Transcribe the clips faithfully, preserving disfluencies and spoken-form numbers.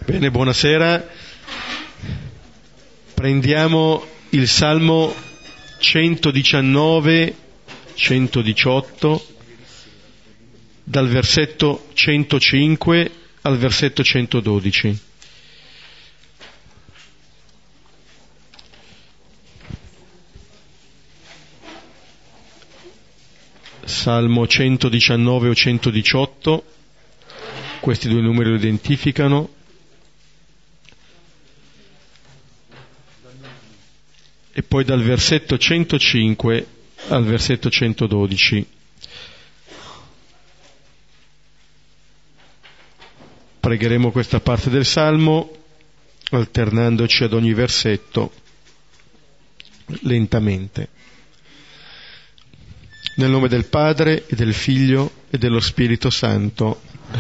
Bene, buonasera. Prendiamo il Salmo centodiciannove centodiciotto dal versetto centocinque al versetto centododici. Salmo centodiciannove o centodiciotto, questi due numeri lo identificano. E poi dal versetto centocinque al versetto centododici. Pregheremo questa parte del Salmo alternandoci ad ogni versetto lentamente. Nel nome del Padre e del Figlio e dello Spirito Santo.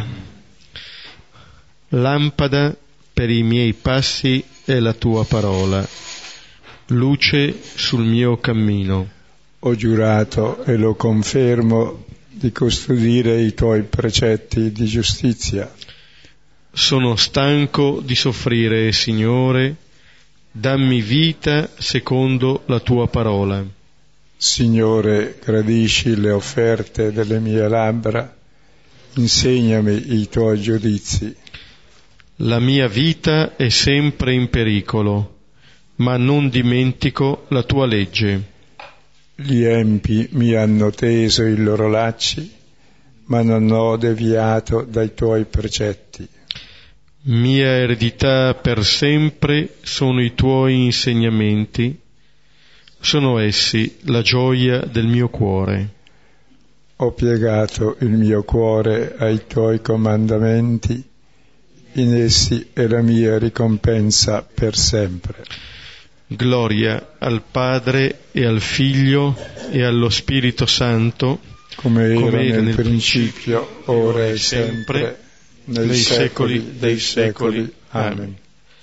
Lampada per i miei passi è la tua parola, luce sul mio cammino. Ho giurato e lo confermo di custodire i tuoi precetti di giustizia. Sono stanco di soffrire, Signore, dammi vita secondo la tua parola. Signore, gradisci le offerte delle mie labbra, insegnami i tuoi giudizi. La mia vita è sempre in pericolo, ma non dimentico la tua legge. Gli empi mi hanno teso i loro lacci, ma non ho deviato dai tuoi precetti. Mia eredità per sempre sono i tuoi insegnamenti, sono essi la gioia del mio cuore. Ho piegato il mio cuore ai tuoi comandamenti, in essi è la mia ricompensa per sempre. Gloria al Padre e al Figlio e allo Spirito Santo, come era, come era nel, nel principio, principio, ora e sempre, nei, nei secoli, secoli dei secoli. Amen.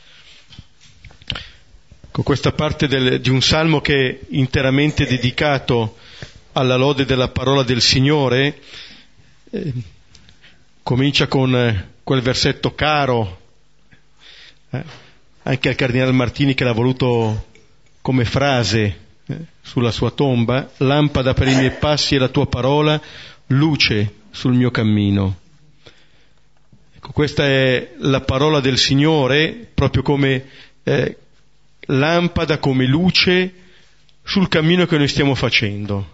Con questa parte del, di un salmo che è interamente dedicato alla lode della parola del Signore, eh, comincia con eh, quel versetto caro, eh, anche al Cardinale Martini che l'ha voluto come frase eh, sulla sua tomba: lampada per i miei passi è la tua parola, luce sul mio cammino. Ecco, questa è la parola del Signore, proprio come eh, lampada, come luce sul cammino che noi stiamo facendo.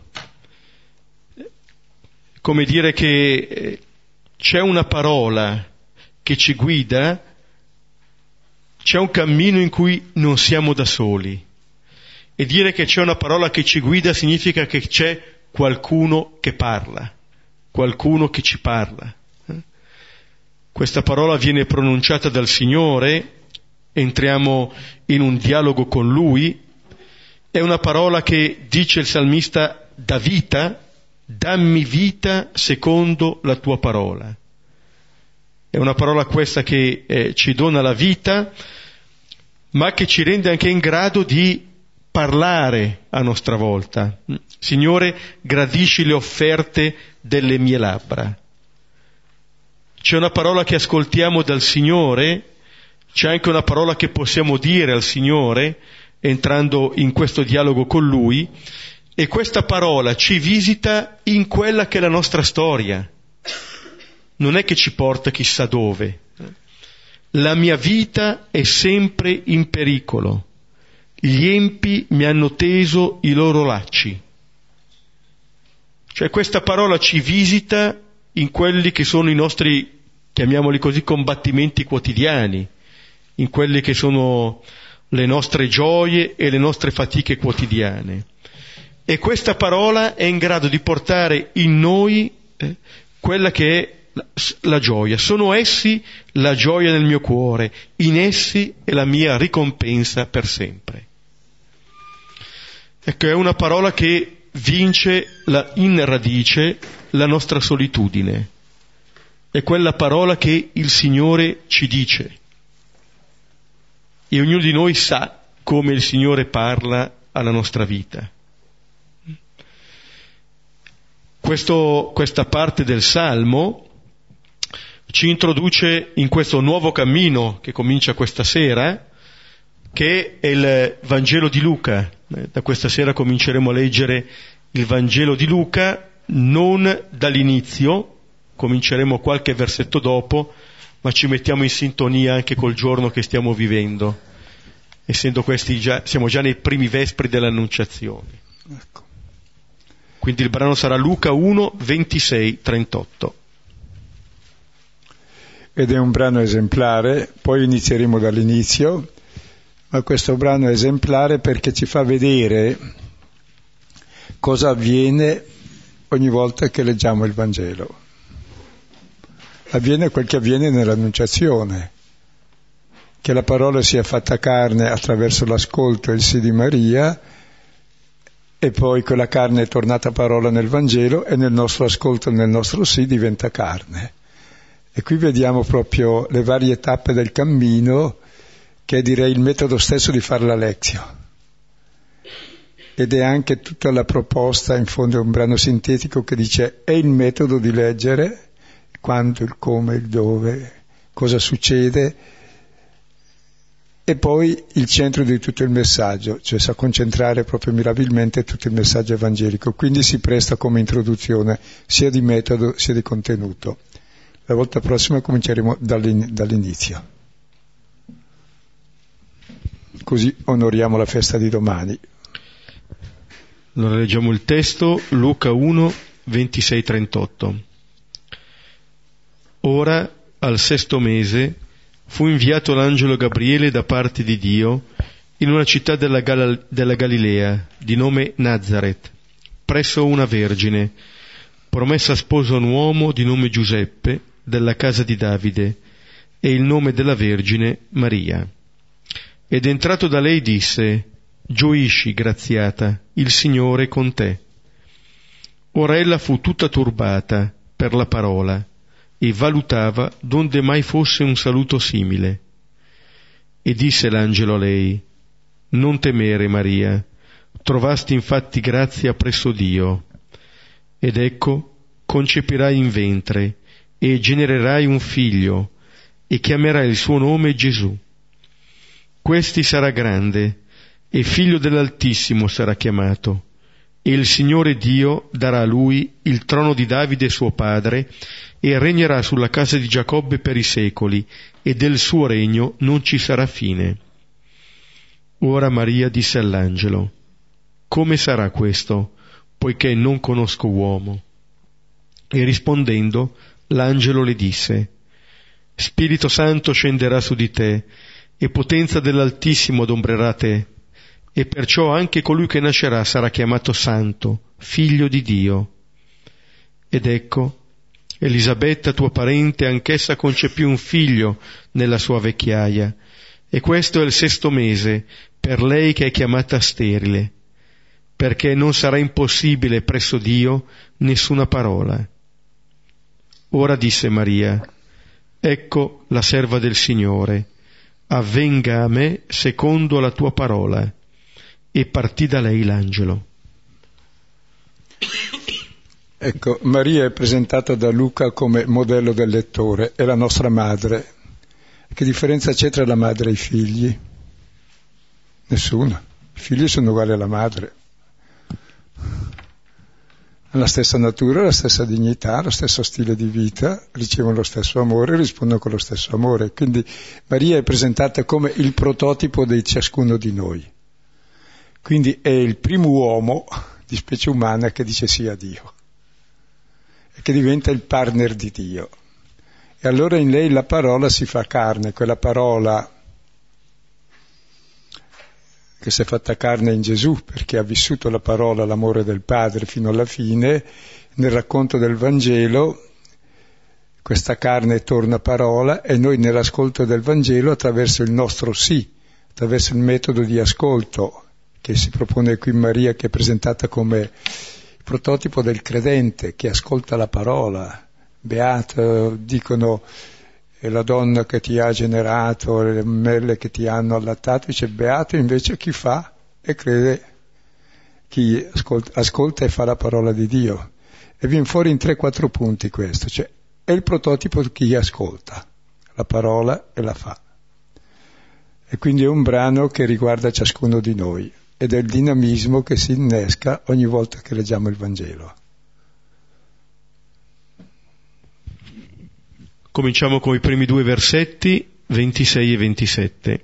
Come dire che c'è una parola che ci guida, c'è un cammino in cui non siamo da soli. E dire che c'è una parola che ci guida significa che c'è qualcuno che parla, qualcuno che ci parla. Questa parola viene pronunciata dal Signore, entriamo in un dialogo con Lui, è una parola che, dice il salmista, dà vita, dammi vita secondo la tua parola. È una parola questa che eh, ci dona la vita, ma che ci rende anche in grado di parlare a nostra volta. Signore, gradisci le offerte delle mie labbra. C'è una parola che ascoltiamo dal Signore, c'è anche una parola che possiamo dire al Signore, entrando in questo dialogo con Lui, e questa parola ci visita in quella che è la nostra storia. Non è che ci porta chissà dove. La mia vita è sempre in pericolo. Gli empi mi hanno teso i loro lacci. Cioè questa parola ci visita in quelli che sono i nostri, chiamiamoli così, combattimenti quotidiani, in quelle che sono le nostre gioie e le nostre fatiche quotidiane. E questa parola è in grado di portare in noi eh, quella che è la, la gioia. Sono essi la gioia del mio cuore, in essi è la mia ricompensa per sempre. Ecco, è una parola che vince la, in radice la nostra solitudine. È quella parola che il Signore ci dice. E ognuno di noi sa come il Signore parla alla nostra vita. Questo, questa parte del Salmo ci introduce in questo nuovo cammino che comincia questa sera, che è il Vangelo di Luca. Da questa sera cominceremo a leggere il Vangelo di Luca, non dall'inizio, cominceremo qualche versetto dopo, ma ci mettiamo in sintonia anche col giorno che stiamo vivendo, essendo questi già, siamo già nei primi vespri dell'Annunciazione. Ecco. Quindi il brano sarà Luca uno, ventisei, trentotto. Ed è un brano esemplare, poi inizieremo dall'inizio, ma questo brano è esemplare perché ci fa vedere cosa avviene ogni volta che leggiamo il Vangelo. Avviene quel che avviene nell'Annunciazione, che la parola sia fatta carne attraverso l'ascolto e il sì di Maria, e poi quella carne è tornata parola nel Vangelo e nel nostro ascolto e nel nostro sì diventa carne. E qui vediamo proprio le varie tappe del cammino, che è direi il metodo stesso di fare la lezione. Ed è anche tutta la proposta, in fondo è un brano sintetico che dice è il metodo di leggere, quando, il come, il dove, cosa succede, e poi il centro di tutto il messaggio, cioè sa concentrare proprio mirabilmente tutto il messaggio evangelico, quindi si presta come introduzione sia di metodo sia di contenuto. La volta prossima cominceremo dall'in- dall'inizio, così onoriamo la festa di domani. Allora leggiamo il testo, Luca uno, ventisei, trentotto. Ora, al sesto mese, fu inviato l'angelo Gabriele da parte di Dio in una città della, Gal- della Galilea, di nome Nazaret, presso una vergine, promessa sposa a un uomo di nome Giuseppe, della casa di Davide, e il nome della vergine Maria. Ed entrato da lei disse: Gioisci, graziata, il Signore è con te. Ora ella fu tutta turbata per la parola e valutava donde mai fosse un saluto simile. E disse l'angelo a lei: Non temere, Maria, trovasti infatti grazia presso Dio. Ed ecco, concepirai in ventre e genererai un figlio e chiamerai il suo nome Gesù. Questi sarà grande e figlio dell'Altissimo sarà chiamato, e il Signore Dio darà a lui il trono di Davide suo padre, e regnerà sulla casa di Giacobbe per i secoli, e del suo regno non ci sarà fine. Ora Maria disse all'angelo: Come sarà questo, poiché non conosco uomo? E rispondendo, l'angelo le disse: Spirito Santo scenderà su di te, e potenza dell'Altissimo adombrerà te, e perciò anche colui che nascerà sarà chiamato Santo, figlio di Dio. Ed ecco, Elisabetta, tua parente, anch'essa concepì un figlio nella sua vecchiaia, e questo è il sesto mese per lei che è chiamata sterile, perché non sarà impossibile presso Dio nessuna parola. Ora disse Maria: Ecco la serva del Signore, avvenga a me secondo la tua parola. E partì da lei l'angelo. Ecco, Maria è presentata da Luca come modello del lettore, è la nostra madre. Che differenza c'è tra la madre e i figli? Nessuna. I figli sono uguali alla madre. Hanno la stessa natura, la stessa dignità, lo stesso stile di vita, ricevono lo stesso amore, rispondono con lo stesso amore. Quindi Maria è presentata come il prototipo di ciascuno di noi. Quindi è il primo uomo di specie umana che dice sì a Dio e che diventa il partner di Dio. E allora in lei la parola si fa carne, quella parola che si è fatta carne in Gesù, perché ha vissuto la parola, l'amore del Padre fino alla fine. Nel racconto del Vangelo questa carne torna parola, e noi nell'ascolto del Vangelo, attraverso il nostro sì, attraverso il metodo di ascolto che si propone qui in Maria, che è presentata come il prototipo del credente che ascolta la parola. Beato, dicono, è la donna che ti ha generato, le melle che ti hanno allattato. Dice beato invece chi fa e crede, chi ascolta, ascolta e fa la parola di Dio. E viene fuori in tre quattro punti questo, cioè è il prototipo di chi ascolta la parola e la fa. E quindi è un brano che riguarda ciascuno di noi ed è il dinamismo che si innesca ogni volta che leggiamo il Vangelo. Cominciamo con i primi due versetti, ventisei e ventisette.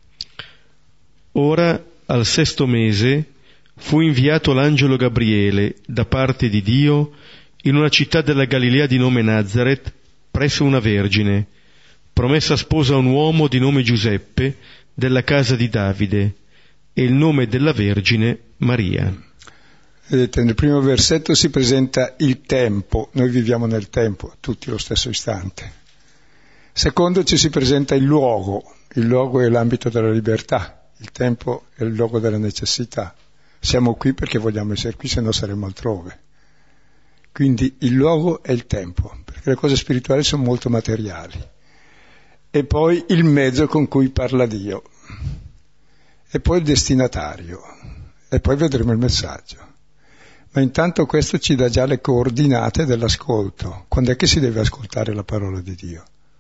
Ora, al sesto mese, fu inviato l'angelo Gabriele da parte di Dio in una città della Galilea di nome Nazaret, presso una vergine, promessa sposa a un uomo di nome Giuseppe, della casa di Davide, e il nome della vergine Maria. Vedete, nel primo versetto si presenta il tempo, noi viviamo nel tempo, tutti allo stesso istante. Secondo ci si presenta il luogo, il luogo è l'ambito della libertà, il tempo è il luogo della necessità. Siamo qui perché vogliamo essere qui, se no saremmo altrove. Quindi il luogo è il tempo, perché le cose spirituali sono molto materiali. E poi il mezzo con cui parla Dio, e poi il destinatario, e poi vedremo il messaggio. Ma intanto questo ci dà già le coordinate dell'ascolto. Quando è che si deve ascoltare la parola di Dio?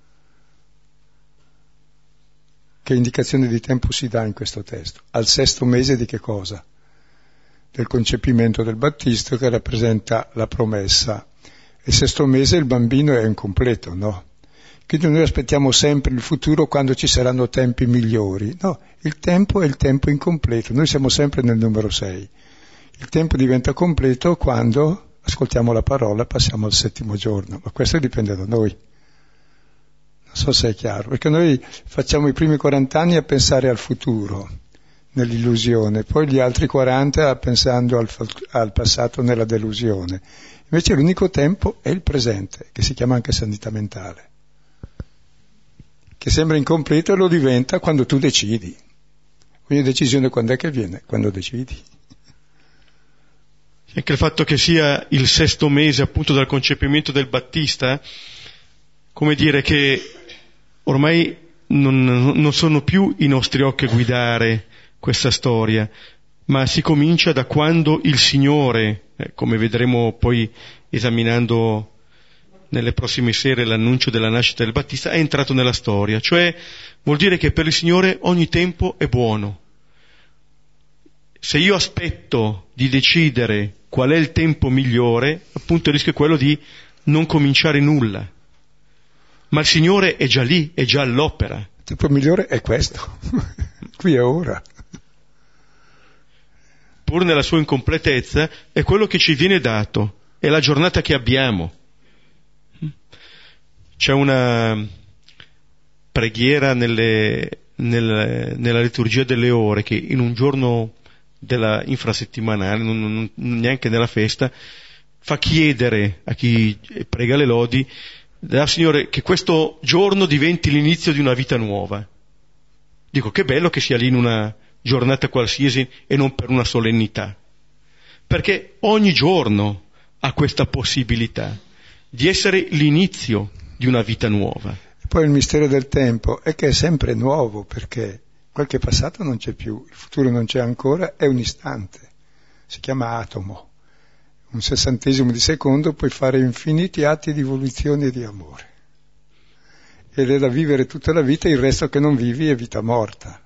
Che indicazione di tempo si dà in questo testo? Al sesto mese di che cosa? Del concepimento del Battista, che rappresenta la promessa. Il sesto mese il bambino è incompleto, no? Quindi noi aspettiamo sempre il futuro quando ci saranno tempi migliori. No, il tempo è il tempo incompleto. Noi siamo sempre nel numero sei. Il tempo diventa completo quando ascoltiamo la parola e passiamo al settimo giorno. Ma questo dipende da noi. Non so se è chiaro, perché noi facciamo i primi quaranta anni a pensare al futuro, nell'illusione, poi gli altri quaranta pensando al, al passato nella delusione. Invece l'unico tempo è il presente, che si chiama anche sanità mentale, che sembra incompleto e lo diventa quando tu decidi. Quindi decisione quando è che viene? Quando decidi. Anche il fatto che sia il sesto mese appunto dal concepimento del Battista, come dire che ormai non, non sono più i nostri occhi a guidare questa storia, ma si comincia da quando il Signore, eh, come vedremo poi esaminando nelle prossime sere l'annuncio della nascita del Battista, è entrato nella storia. Cioè vuol dire che per il Signore ogni tempo è buono. Se io aspetto di decidere qual è il tempo migliore, appunto il rischio è quello di non cominciare nulla. Ma il Signore è già lì, è già all'opera. Il tempo migliore è questo, qui è ora. Pur nella sua incompletezza, è quello che ci viene dato, è la giornata che abbiamo. C'è una preghiera nelle, nelle, nella liturgia delle ore che in un giorno della infrasettimanale, non, non, neanche nella festa, fa chiedere a chi prega le lodi, da Signore, che questo giorno diventi l'inizio di una vita nuova. Dico, che bello che sia lì in una giornata qualsiasi e non per una solennità, perché ogni giorno ha questa possibilità di essere l'inizio di una vita nuova. E poi il mistero del tempo è che è sempre nuovo, perché quel che è passato non c'è più, il futuro non c'è ancora, è un istante, si chiama atomo. Un sessantesimo di secondo puoi fare infiniti atti di evoluzione e di amore. Ed è da vivere tutta la vita, il resto che non vivi è vita morta.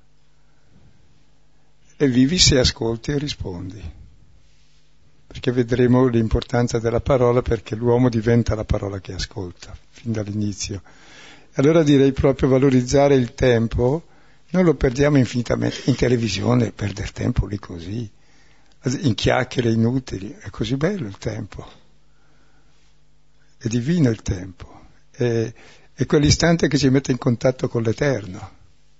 E vivi se ascolti e rispondi. Perché vedremo l'importanza della parola, perché l'uomo diventa la parola che ascolta, fin dall'inizio. Allora direi proprio valorizzare il tempo, non lo perdiamo infinitamente in televisione, perdere tempo lì così, in chiacchiere inutili, è così bello il tempo, è divino il tempo, è, è quell'istante che ci mette in contatto con l'Eterno.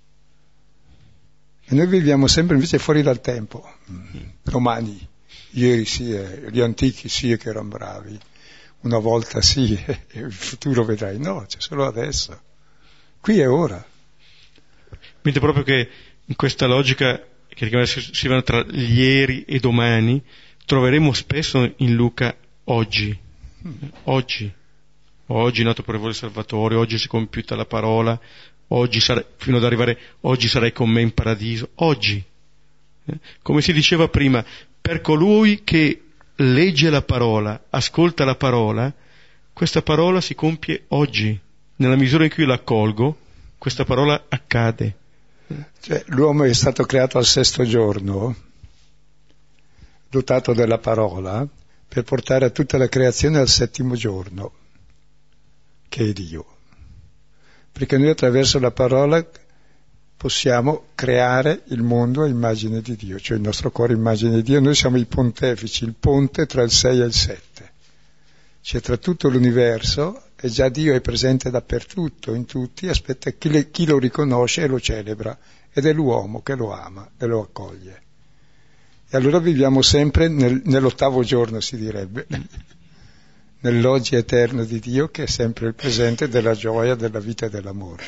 E noi viviamo sempre invece fuori dal tempo, domani, ieri sì, eh, gli antichi sì che erano bravi, una volta sì, e il futuro vedrai, no, c'è solo adesso, qui è ora. Mentre proprio che in questa logica che si vanno tra ieri e domani, troveremo spesso in Luca oggi, oggi, oggi è nato per voi il Salvatore, oggi si è compiuta la parola, oggi sarai, fino ad arrivare, oggi sarai con me in paradiso, oggi. Come si diceva prima, per colui che legge la parola, ascolta la parola, questa parola si compie oggi. Nella misura in cui la accolgo, questa parola accade. Cioè, l'uomo è stato creato al sesto giorno, dotato della parola, per portare tutta la creazione al settimo giorno, che è Dio. Perché noi attraverso la parola possiamo creare il mondo a immagine di Dio, cioè il nostro cuore a immagine di Dio. Noi siamo i pontefici, il ponte tra il sei e il sette. Cioè tra tutto l'universo, e già Dio è presente dappertutto, in tutti, aspetta chi, le, chi lo riconosce e lo celebra, ed è l'uomo che lo ama e lo accoglie. E allora viviamo sempre nel, nell'ottavo giorno, si direbbe, nell'oggi eterno di Dio, che è sempre il presente della gioia, della vita e dell'amore.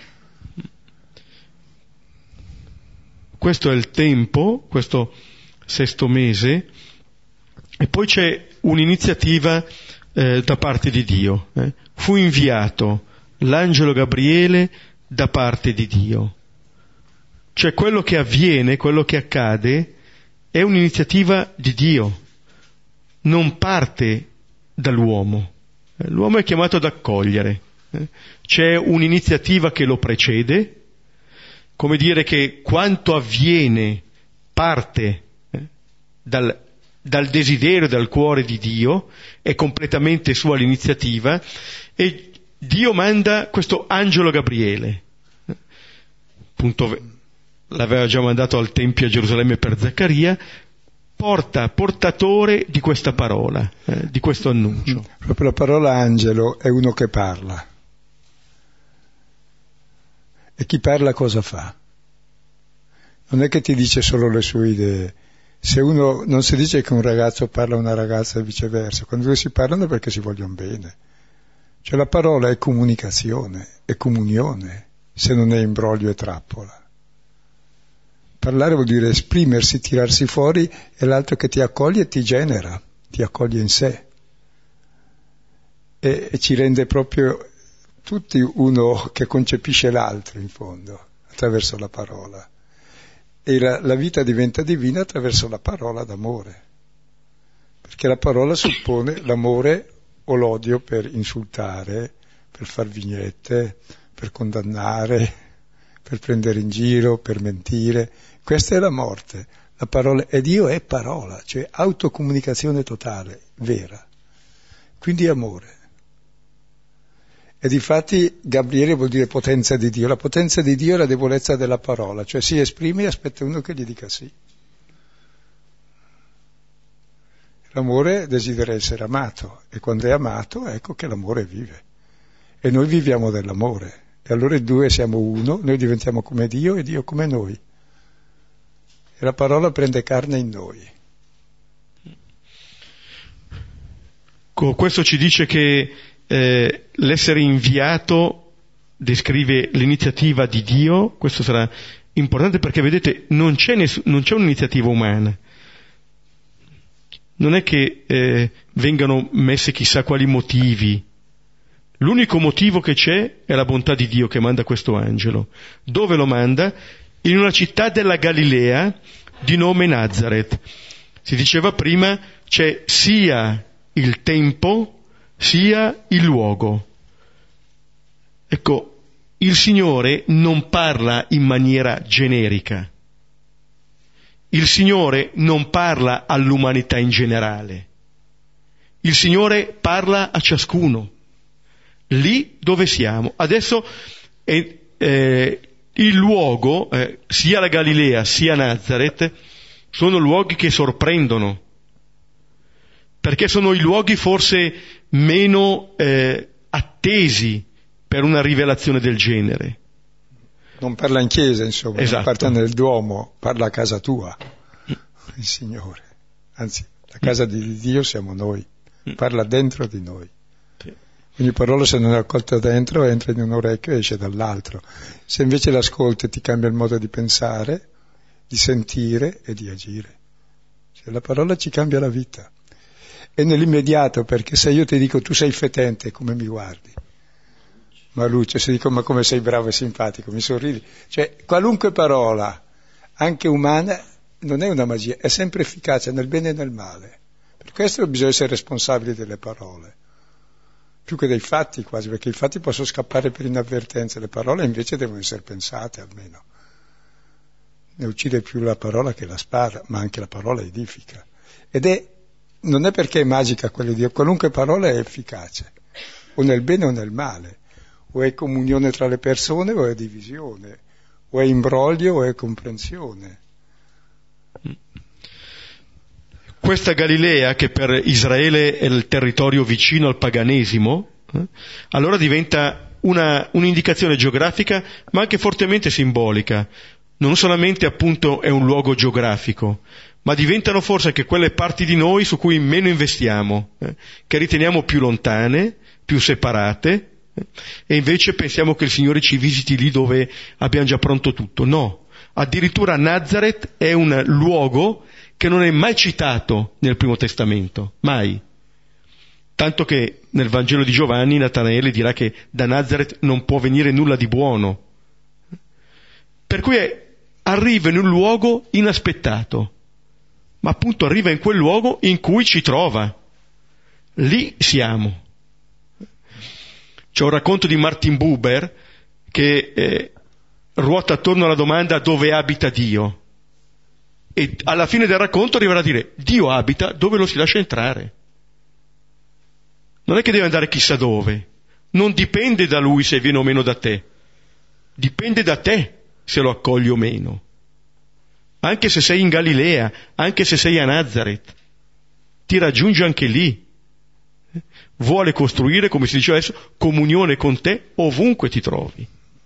Questo è il tempo, questo sesto mese, e poi c'è un'iniziativa eh, da parte di Dio. Eh. Fu inviato l'angelo Gabriele da parte di Dio. Cioè quello che avviene, quello che accade, è un'iniziativa di Dio, non parte dall'uomo. Eh, l'uomo è chiamato ad accogliere. Eh. C'è un'iniziativa che lo precede, come dire che quanto avviene parte eh, dal, dal desiderio, dal cuore di Dio, è completamente sua l'iniziativa, e Dio manda questo angelo Gabriele. Eh, appunto, l'aveva già mandato al Tempio a Gerusalemme per Zaccaria, porta, portatore di questa parola, eh, di questo annuncio. Proprio la parola angelo è uno che parla. E chi parla cosa fa? Non è che ti dice solo le sue idee. Se uno, non si dice che un ragazzo parla a una ragazza e viceversa, quando due si parlano è perché si vogliono bene. Cioè la parola è comunicazione, è comunione, se non è imbroglio e trappola. Parlare vuol dire esprimersi, tirarsi fuori, e l'altro che ti accoglie e ti genera, ti accoglie in sé. E, e ci rende proprio tutti uno che concepisce l'altro, in fondo, attraverso la parola. E la, la vita diventa divina attraverso la parola d'amore. Perché la parola suppone l'amore o l'odio per insultare, per far vignette, per condannare, per prendere in giro, per mentire. Questa è la morte. La parola, e Dio è parola, cioè autocomunicazione totale, vera. Quindi amore. E difatti Gabriele vuol dire potenza di Dio. La potenza di Dio è la debolezza della parola, cioè si esprime e aspetta uno che gli dica sì. L'amore desidera essere amato, e quando è amato ecco che l'amore vive. E noi viviamo dell'amore. E allora i due siamo uno, noi diventiamo come Dio e Dio come noi. E la parola prende carne in noi. Questo ci dice che eh, l'essere inviato descrive l'iniziativa di Dio. Questo sarà importante perché, vedete, non c'è, ness- non c'è un'iniziativa umana. Non è che eh, vengano messe chissà quali motivi. L'unico motivo che c'è è la bontà di Dio che manda questo angelo. Dove lo manda? In una città della Galilea di nome Nazareth. Si diceva prima, c'è sia il tempo sia il luogo. Ecco, il Signore non parla in maniera generica. Il Signore non parla all'umanità in generale. Il Signore parla a ciascuno. Lì dove siamo. Adesso eh, eh, il luogo, eh, sia la Galilea sia Nazareth, sono luoghi che sorprendono, perché sono i luoghi forse meno eh, attesi per una rivelazione del genere. Non parla in chiesa, insomma, esatto. Non parla nel Duomo, parla a casa tua, il Signore. Anzi, la casa di Dio siamo noi, parla dentro di noi. Ogni parola, se non è accolta dentro, entra in un orecchio e esce dall'altro. Se invece l'ascolti ti cambia il modo di pensare, di sentire e di agire. Cioè, la parola ci cambia la vita. E nell'immediato, perché se io ti dico tu sei fetente, come mi guardi? Ma Luce, se dico ma come sei bravo e simpatico, mi sorridi. Cioè, qualunque parola, anche umana, non è una magia, è sempre efficace nel bene e nel male. Per questo bisogna essere responsabili delle parole. più che dei fatti quasi, perché i fatti possono scappare per inavvertenza, le parole invece devono essere pensate almeno. Ne uccide più la parola che la spada, ma anche la parola edifica. Ed è, non è perché è magica quella di Dio, qualunque parola è efficace, o nel bene o nel male, o è comunione tra le persone o è divisione, o è imbroglio o è comprensione. Questa Galilea, che per Israele è il territorio vicino al paganesimo, eh, allora diventa una, un'indicazione geografica, ma anche fortemente simbolica. Non solamente appunto è un luogo geografico, ma diventano forse anche quelle parti di noi su cui meno investiamo, eh, che riteniamo più lontane, più separate, eh, e invece pensiamo che il Signore ci visiti lì dove abbiamo già pronto tutto. No, addirittura Nazareth è un luogo che non è mai citato nel Primo Testamento, mai. Tanto che nel Vangelo di Giovanni Natanaele dirà che da Nazareth non può venire nulla di buono. Per cui è, arriva in un luogo inaspettato, ma appunto arriva in quel luogo in cui ci trova. Lì siamo. C'è un racconto di Martin Buber che eh, ruota attorno alla domanda dove abita Dio. E alla fine del racconto arriverà a dire: Dio abita dove lo si lascia entrare. Non è che deve andare chissà dove, non dipende da lui se viene o meno da te, dipende da te se lo accogli o meno. Anche se sei in Galilea, anche se sei a Nazareth, ti raggiunge anche lì. Vuole costruire, come si dice adesso, comunione con te ovunque ti trovi.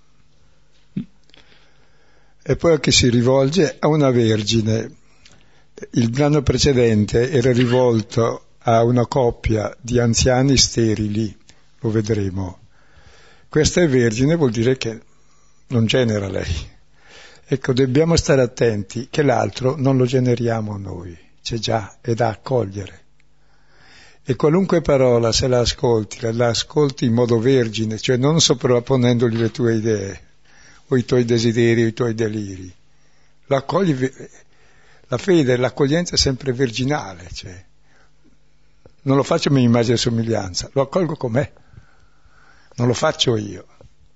E poi che si rivolge a una vergine. Il brano precedente era rivolto a una coppia di anziani sterili, lo vedremo. Questa è vergine, vuol dire che non genera lei. Ecco, dobbiamo stare attenti che l'altro non lo generiamo noi, c'è già, è da accogliere. E qualunque parola, se la ascolti, la ascolti in modo vergine, cioè non sovrapponendogli le tue idee, o i tuoi desideri, o i tuoi deliri. Lo accogli, la fede, l'accoglienza è sempre virginale, cioè non lo faccio a mia immagine e somiglianza, lo accolgo com'è, non lo faccio io.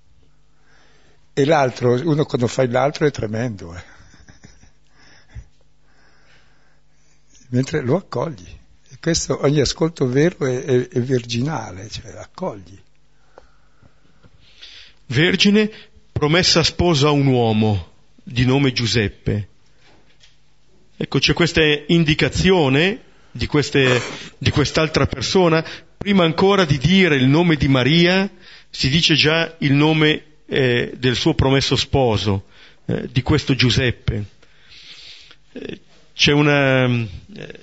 E l'altro, uno quando fai l'altro è tremendo, eh. Mentre lo accogli. E questo, ogni ascolto vero è, è, è virginale, cioè accogli. Vergine, promessa sposa a un uomo di nome Giuseppe. Ecco, c'è questa indicazione di, queste, di quest'altra persona. Prima ancora di dire il nome di Maria, si dice già il nome eh, del suo promesso sposo, eh, di questo Giuseppe. Eh, c'è una, eh,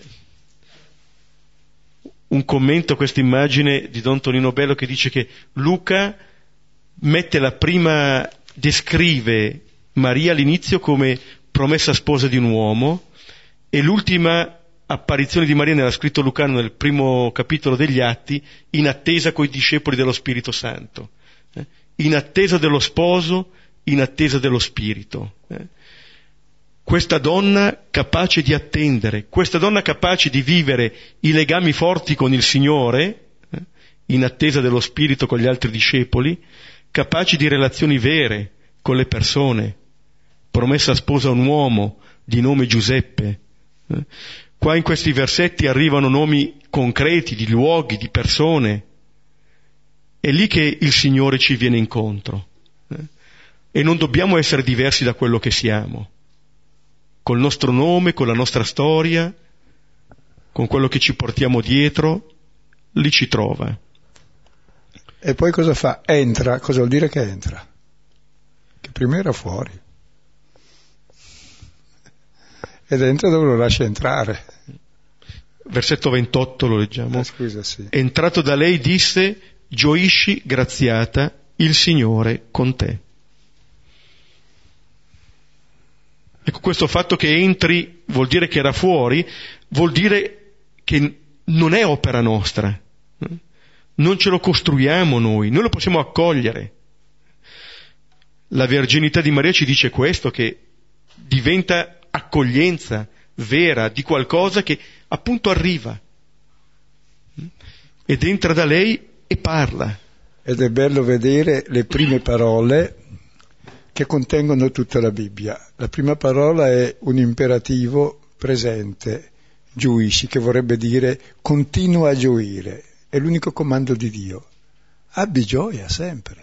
un commento a questa immagine di Don Tonino Bello che dice che Luca mette la prima, descrive Maria all'inizio come promessa sposa di un uomo, e l'ultima apparizione di Maria nella scritto Lucano nel primo capitolo degli Atti, in attesa coi discepoli dello Spirito Santo, eh? in attesa dello sposo, in attesa dello Spirito. Eh? Questa donna capace di attendere, questa donna capace di vivere i legami forti con il Signore, eh? in attesa dello Spirito con gli altri discepoli, capaci di relazioni vere con le persone, promessa sposa a un uomo di nome Giuseppe. Eh? Qua in questi versetti arrivano nomi concreti di luoghi, di persone. È lì che il Signore ci viene incontro. Eh? E non dobbiamo essere diversi da quello che siamo. Col nostro nome, con la nostra storia, con quello che ci portiamo dietro, lì ci trova. E poi cosa fa? Entra. Cosa vuol dire che entra? Che prima era fuori. Ed entra dove lo lascia entrare. Versetto ventotto lo leggiamo. Ah, scusa, sì. Entrato da lei disse: gioisci, graziata, il Signore con te. Ecco, questo fatto che entri vuol dire che era fuori, vuol dire che non è opera nostra. Non ce lo costruiamo noi, noi lo possiamo accogliere. La verginità di Maria ci dice questo, che diventa accoglienza vera di qualcosa che appunto arriva ed entra da lei e parla. Ed è bello vedere le prime parole che contengono tutta la Bibbia. La prima parola è un imperativo presente, giuisci, che vorrebbe dire continua a gioire. È l'unico comando di Dio. Abbi gioia sempre.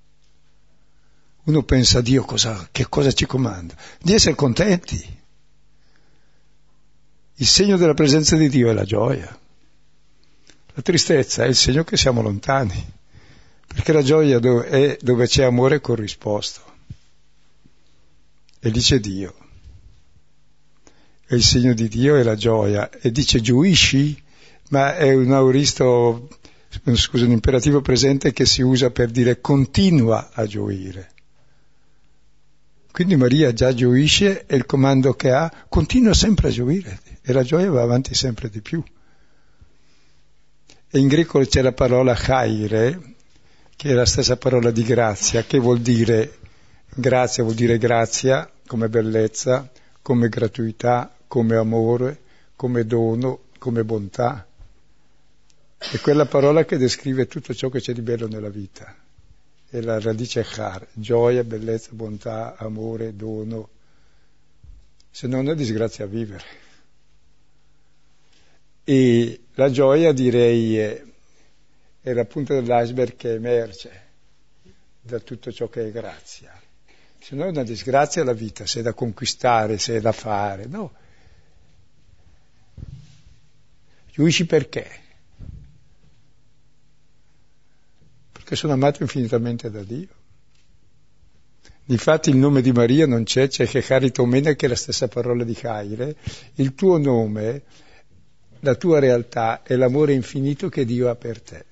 Uno pensa a Dio cosa, che cosa ci comanda? Di essere contenti. Il segno della presenza di Dio è la gioia. La tristezza è il segno che siamo lontani, perché la gioia è dove c'è amore corrisposto. E lì c'è Dio. E il segno di Dio è la gioia. E dice giuisci, ma è un auristo, scusa, un imperativo presente che si usa per dire continua a gioire. Quindi Maria già gioisce e il comando che ha, continua sempre a gioire e la gioia va avanti sempre di più. E in greco c'è la parola chaire, che è la stessa parola di grazia, che vuol dire, grazia vuol dire grazia, come bellezza, come gratuità, come amore, come dono, come bontà. È quella parola che descrive tutto ciò che c'è di bello nella vita. È la radice char, gioia, bellezza, bontà, amore, dono, se non è disgrazia a vivere. E la gioia, direi, è, è la punta dell'iceberg che emerge da tutto ciò che è grazia. Se no è una disgrazia la vita, se è da conquistare, se è da fare, no. Giuisci perché? Che sono amato infinitamente da Dio. Difatti il nome di Maria non c'è, c'è che Charitomene, che è la stessa parola di Chaire. Il tuo nome, la tua realtà è l'amore infinito che Dio ha per te.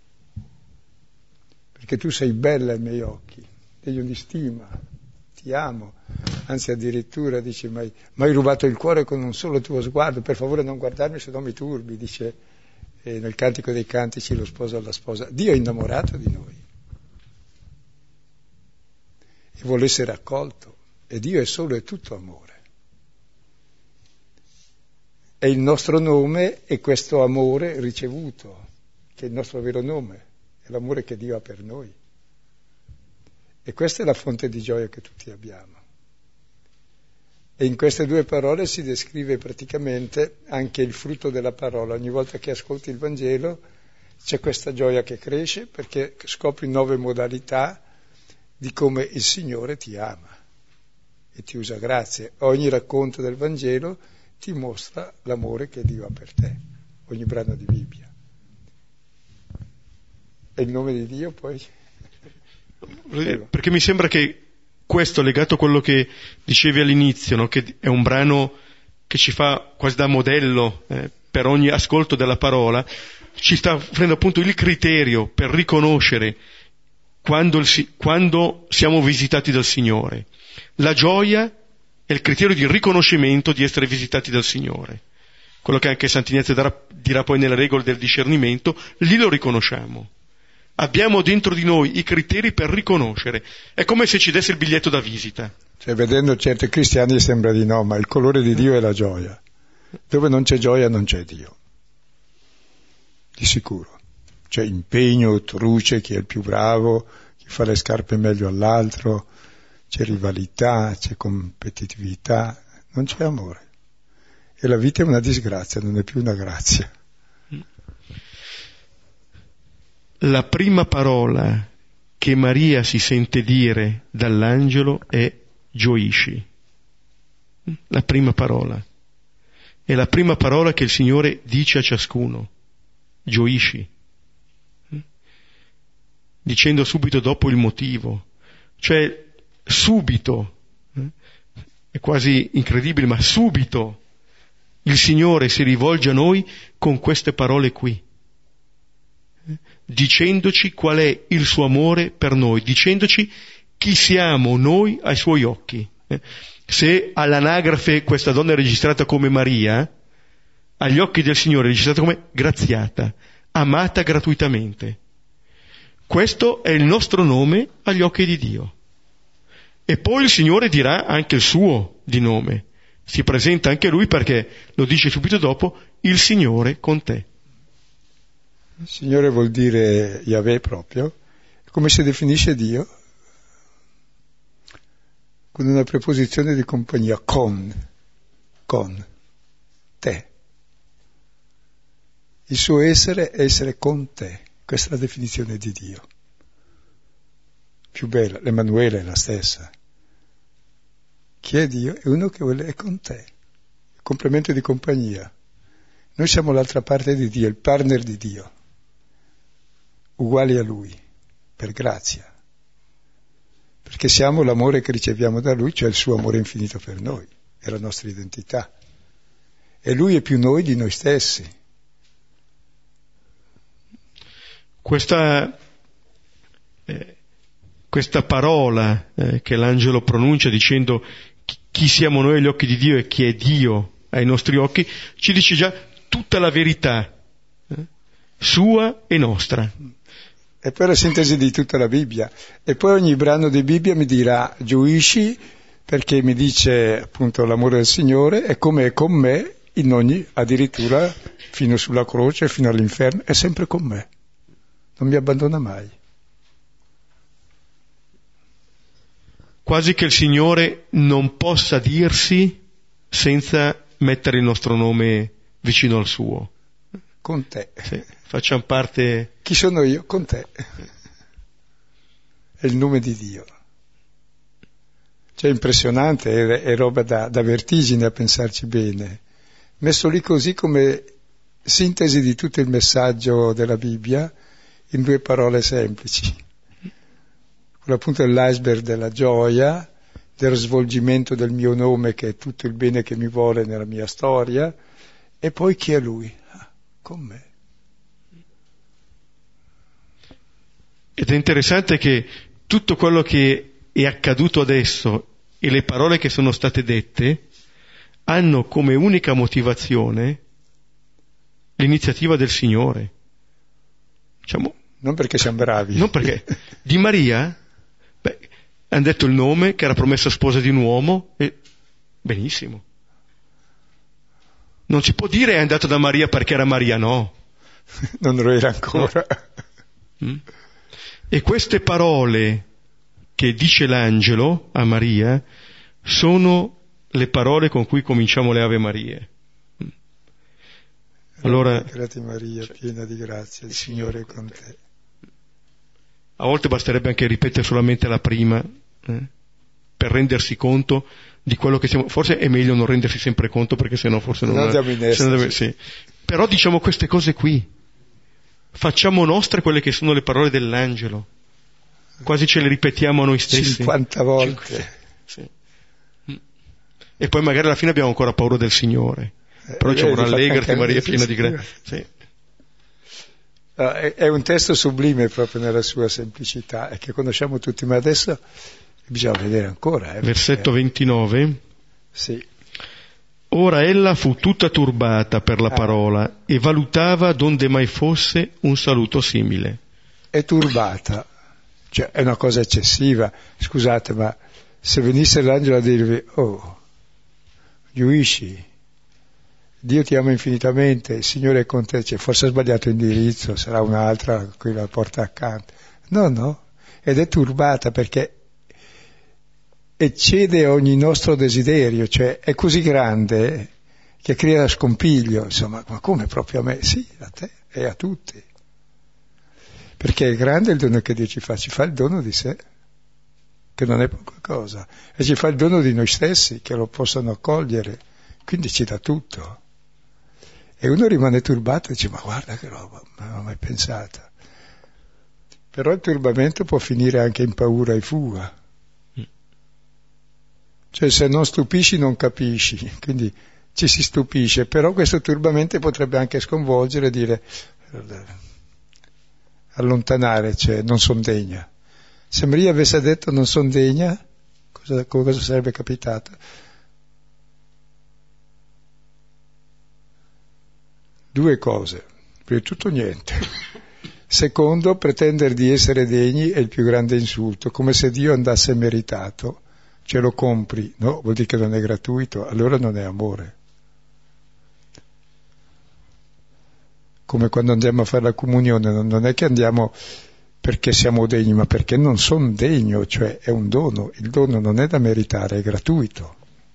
Perché tu sei bella ai miei occhi, degno di stima, ti amo. Anzi addirittura dice, mi hai rubato il cuore con un solo tuo sguardo, per favore non guardarmi se no mi turbi, dice e nel Cantico dei Cantici lo sposo alla sposa. Dio è innamorato di noi e vuole essere accolto, e Dio è solo e tutto amore. E il nostro nome è questo amore ricevuto, che è il nostro vero nome, è l'amore che Dio ha per noi. E questa è la fonte di gioia che tutti abbiamo. E in queste due parole si descrive praticamente anche il frutto della parola. Ogni volta che ascolti il Vangelo c'è questa gioia che cresce, perché scopri nuove modalità di come il Signore ti ama e ti usa grazie. Ogni racconto del Vangelo ti mostra l'amore che Dio ha per te, ogni brano di Bibbia. E il nome di Dio poi? Perché mi sembra che questo, legato a quello che dicevi all'inizio, no? Che è un brano che ci fa quasi da modello eh, per ogni ascolto della parola, ci sta offrendo appunto il criterio per riconoscere quando, il, quando siamo visitati dal Signore. La gioia è il criterio di riconoscimento di essere visitati dal Signore. Quello che anche Sant'Ignazio dirà, dirà poi nelle regole del discernimento, lì lo riconosciamo. Abbiamo dentro di noi i criteri per riconoscere. È come se ci desse il biglietto da visita. Cioè, vedendo certi cristiani sembra di no, ma il colore di Dio è la gioia. Dove non c'è gioia non c'è Dio. Di sicuro. C'è impegno, truce, chi è il più bravo, chi fa le scarpe meglio all'altro, c'è rivalità, c'è competitività, non c'è amore. E la vita è una disgrazia, non è più una grazia. La prima parola che Maria si sente dire dall'angelo è gioisci. La prima parola. È la prima parola che il Signore dice a ciascuno. Gioisci. Dicendo subito dopo il motivo. Cioè, subito. È quasi incredibile, ma subito il Signore si rivolge a noi con queste parole qui. Dicendoci qual è il suo amore per noi, dicendoci chi siamo noi ai suoi occhi. Se all'anagrafe questa donna è registrata come Maria, agli occhi del Signore è registrata come graziata, amata gratuitamente. Questo è il nostro nome agli occhi di Dio. E poi il Signore dirà anche il suo di nome. Si presenta anche Lui perché lo dice subito dopo, il Signore con te. Signore vuol dire Yahweh proprio. Come si definisce Dio? Con una preposizione di compagnia, con, con, te. Il suo essere è essere con te. Questa è la definizione di Dio. Più bella, l'Emanuele è la stessa. Chi è Dio? È uno che vuole, è con te. Il complemento di compagnia. Noi siamo l'altra parte di Dio, il partner di Dio. Uguali a Lui, per grazia. Perché siamo l'amore che riceviamo da Lui, cioè il suo amore infinito per noi, è la nostra identità. E Lui è più noi di noi stessi. Questa, eh, questa parola eh, che l'angelo pronuncia dicendo chi, chi siamo noi agli occhi di Dio e chi è Dio ai nostri occhi, ci dice già tutta la verità, eh, sua e nostra. E poi la sintesi di tutta la Bibbia. E poi ogni brano di Bibbia mi dirà gioisci perché mi dice appunto l'amore del Signore e come è con me in ogni, addirittura fino sulla croce, fino all'inferno, è sempre con me. Non mi abbandona mai. Quasi che il Signore non possa dirsi senza mettere il nostro nome vicino al suo. Con te. Sì, facciamo parte... Chi sono io? Con te. È il nome di Dio. Cioè impressionante, è, è roba da, da vertigine a pensarci bene. Messo lì così come sintesi di tutto il messaggio della Bibbia in due parole semplici. Quello appunto è l'iceberg della gioia, dello svolgimento del mio nome che è tutto il bene che mi vuole nella mia storia, e poi chi è Lui? Ah, con me. Ed è interessante che tutto quello che è accaduto adesso e le parole che sono state dette hanno come unica motivazione l'iniziativa del Signore. Diciamo, non perché siamo bravi. Non perché. Di Maria, beh, hanno detto il nome, che era promessa sposa di un uomo, e benissimo. Non si può dire è andato da Maria perché era Maria, no. Non lo era ancora. No. Mm? E queste parole che dice l'angelo a Maria sono le parole con cui cominciamo le Ave Marie. Allora, Grati Maria, piena di grazia, il Signore è con te. A volte basterebbe anche ripetere solamente la prima, eh, per rendersi conto di quello che siamo. Forse è meglio non rendersi sempre conto, perché sennò forse non... non andiamo in est, deve, sì. Però diciamo queste cose qui. Facciamo nostre quelle che sono le parole dell'angelo. Quasi ce le ripetiamo a noi stessi. cinquanta volte. Sì. E poi magari alla fine abbiamo ancora paura del Signore. Però diciamo, rallegrati Maria piena di grazia. Sì. No, è, è un testo sublime proprio nella sua semplicità, e che conosciamo tutti, ma adesso bisogna vedere ancora. Eh, Versetto perché... ventinove. Sì. Ora ella fu tutta turbata per la ah. parola e valutava donde mai fosse un saluto simile. È turbata, cioè è una cosa eccessiva. Scusate, ma se venisse l'angelo a dirvi, oh, gioisci, Dio ti ama infinitamente, il Signore è con te, cioè, forse ha sbagliato indirizzo, sarà un'altra qui la porta accanto. No, no, ed è turbata perché eccede ogni nostro desiderio, cioè è così grande che crea scompiglio, insomma, ma come proprio a me? Sì, a te e a tutti. Perché è grande il dono che Dio ci fa, ci fa il dono di sé, che non è poca cosa, e ci fa il dono di noi stessi, che lo possano accogliere, quindi ci dà tutto. E uno rimane turbato e dice, ma guarda che roba, non l'ho mai pensata. Però il turbamento può finire anche in paura e fuga. Cioè se non stupisci non capisci, quindi ci si stupisce, però questo turbamento potrebbe anche sconvolgere e dire, allontanare, cioè non son degna. Se Maria avesse detto non son degna, cosa, cosa sarebbe capitato? Due cose, prima di tutto niente. Secondo, pretendere di essere degni è il più grande insulto, come se Dio andasse meritato. Ce lo compri, no? Vuol dire che non è gratuito, allora non è amore. come quando andiamo a fare la comunione, non è che andiamo perché siamo degni, ma perché non sono degno, cioè è un dono, il dono non è da meritare, è gratuito.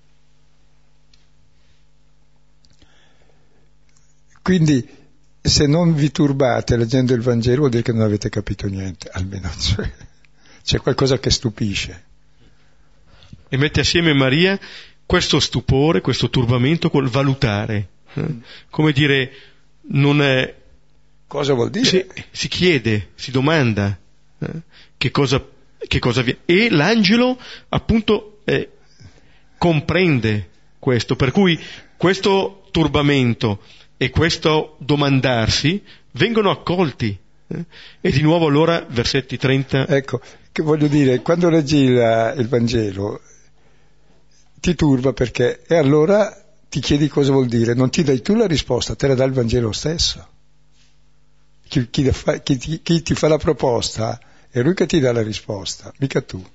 Quindi se non vi turbate leggendo il Vangelo vuol dire che non avete capito niente, almeno cioè, c'è qualcosa che stupisce. E mette assieme Maria questo stupore, questo turbamento col valutare, eh? Come dire, non è... Cosa vuol dire? Si, si chiede, si domanda eh? che cosa, che cosa vi... E l'angelo appunto eh, comprende questo, per cui questo turbamento e questo domandarsi vengono accolti. Eh? E di nuovo allora versetti trenta... Ecco, che voglio dire, quando leggi il, il Vangelo ti turba perché e allora ti chiedi cosa vuol dire, non ti dai tu la risposta, te la dà il Vangelo stesso. Chi, chi, fa, chi, chi, chi ti fa la proposta è lui che ti dà la risposta, mica tu.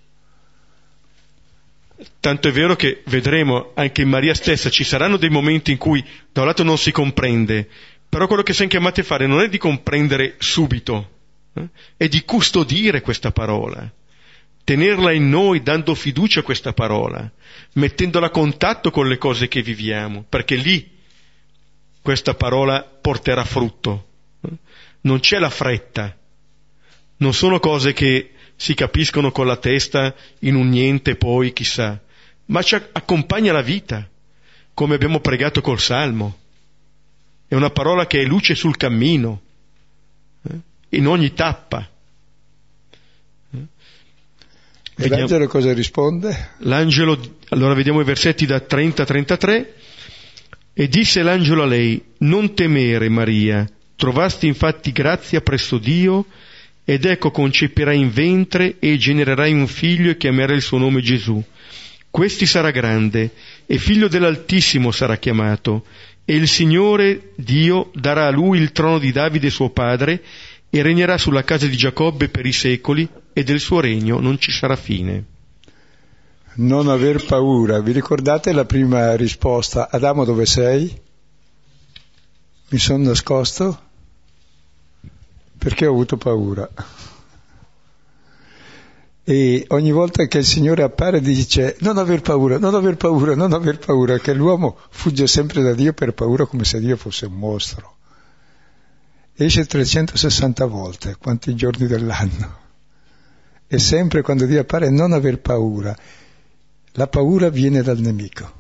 Tanto è vero che vedremo anche in Maria stessa ci saranno dei momenti in cui da un lato non si comprende, però quello che siamo chiamati a fare non è di comprendere subito, eh? È di custodire questa parola, tenerla in noi dando fiducia a questa parola, mettendola a contatto con le cose che viviamo, perché lì questa parola porterà frutto. Eh? Non c'è la fretta, non sono cose che si capiscono con la testa in un niente poi chissà, ma ci accompagna la vita, come abbiamo pregato col Salmo. È una parola che è luce sul cammino, eh? In ogni tappa. Eh? E l'angelo cosa risponde? L'angelo, allora vediamo i versetti da trenta a trentatré. E disse l'angelo a lei: non temere, Maria, trovasti infatti grazia presso Dio, ed ecco concepirai in ventre e genererai un figlio e chiamerai il suo nome Gesù. Questi sarà grande e figlio dell'Altissimo sarà chiamato, e il Signore Dio darà a lui il trono di Davide suo padre e regnerà sulla casa di Giacobbe per i secoli, e del suo regno non ci sarà fine. Non aver paura. Vi ricordate la prima risposta? Adamo, dove sei? Mi sono nascosto perché ho avuto paura. E ogni volta che il Signore appare dice non aver paura, non aver paura, non aver paura, che l'uomo fugge sempre da Dio per paura come se Dio fosse un mostro. Esce trecentosessanta volte, quanti giorni dell'anno. E sempre quando Dio appare non aver paura. La paura viene dal nemico.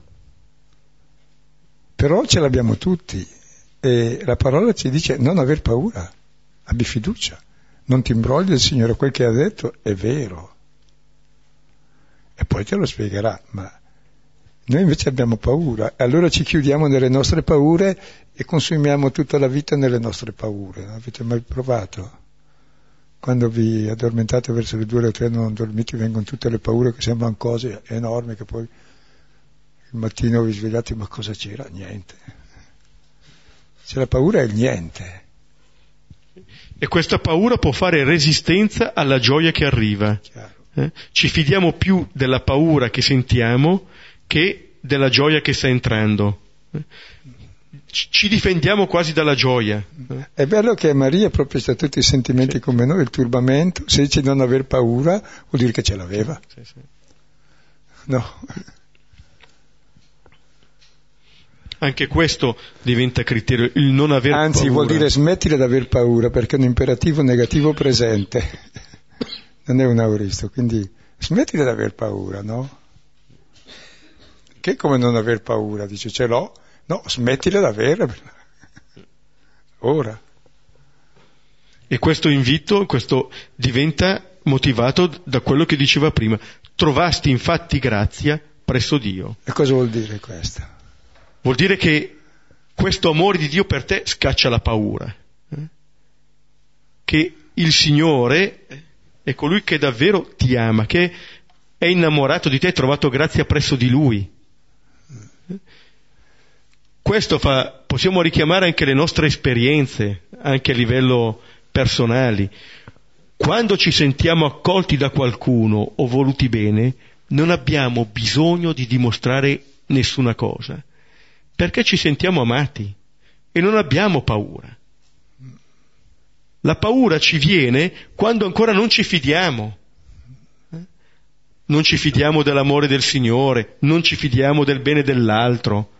Però ce l'abbiamo tutti e la parola ci dice non aver paura. Abbi fiducia, non ti imbrogli, il Signore quel che ha detto è vero. E poi te lo spiegherà, ma noi invece abbiamo paura, e allora ci chiudiamo nelle nostre paure e consumiamo tutta la vita nelle nostre paure. Non avete mai provato? Quando vi addormentate verso le due o le tre non dormite, vengono tutte le paure che sembrano cose enormi, che poi il mattino vi svegliate, ma cosa c'era? Niente. C'è la paura e il niente. E questa paura può fare resistenza alla gioia che arriva. Eh? Ci fidiamo più della paura che sentiamo che della gioia che sta entrando. Eh? Ci difendiamo quasi dalla gioia. Eh? È bello che Maria proprio sta tutti i sentimenti sì. Come noi, il turbamento. Se dice non aver paura, vuol dire che ce l'aveva. Sì, sì. No. Anche questo diventa criterio, il non aver Anzi, paura. Anzi, vuol dire smettire di aver paura, perché è un imperativo negativo presente, non è un auristo, quindi smettire di aver paura, no? Che come non aver paura? Dice, ce l'ho? No, smettile di averla. Ora. E questo invito, questo diventa motivato da quello che diceva prima. Trovasti infatti grazia presso Dio. E cosa vuol dire questo? Vuol dire che questo amore di Dio per te scaccia la paura, eh? Che il Signore è colui che davvero ti ama, che è innamorato di te, hai trovato grazia presso di Lui. Eh? Questo fa, possiamo richiamare anche le nostre esperienze, anche a livello personali. Quando ci sentiamo accolti da qualcuno o voluti bene, non abbiamo bisogno di dimostrare nessuna cosa. Perché ci sentiamo amati e non abbiamo paura. La paura ci viene quando ancora non ci fidiamo. Non ci fidiamo dell'amore del Signore, non ci fidiamo del bene dell'altro.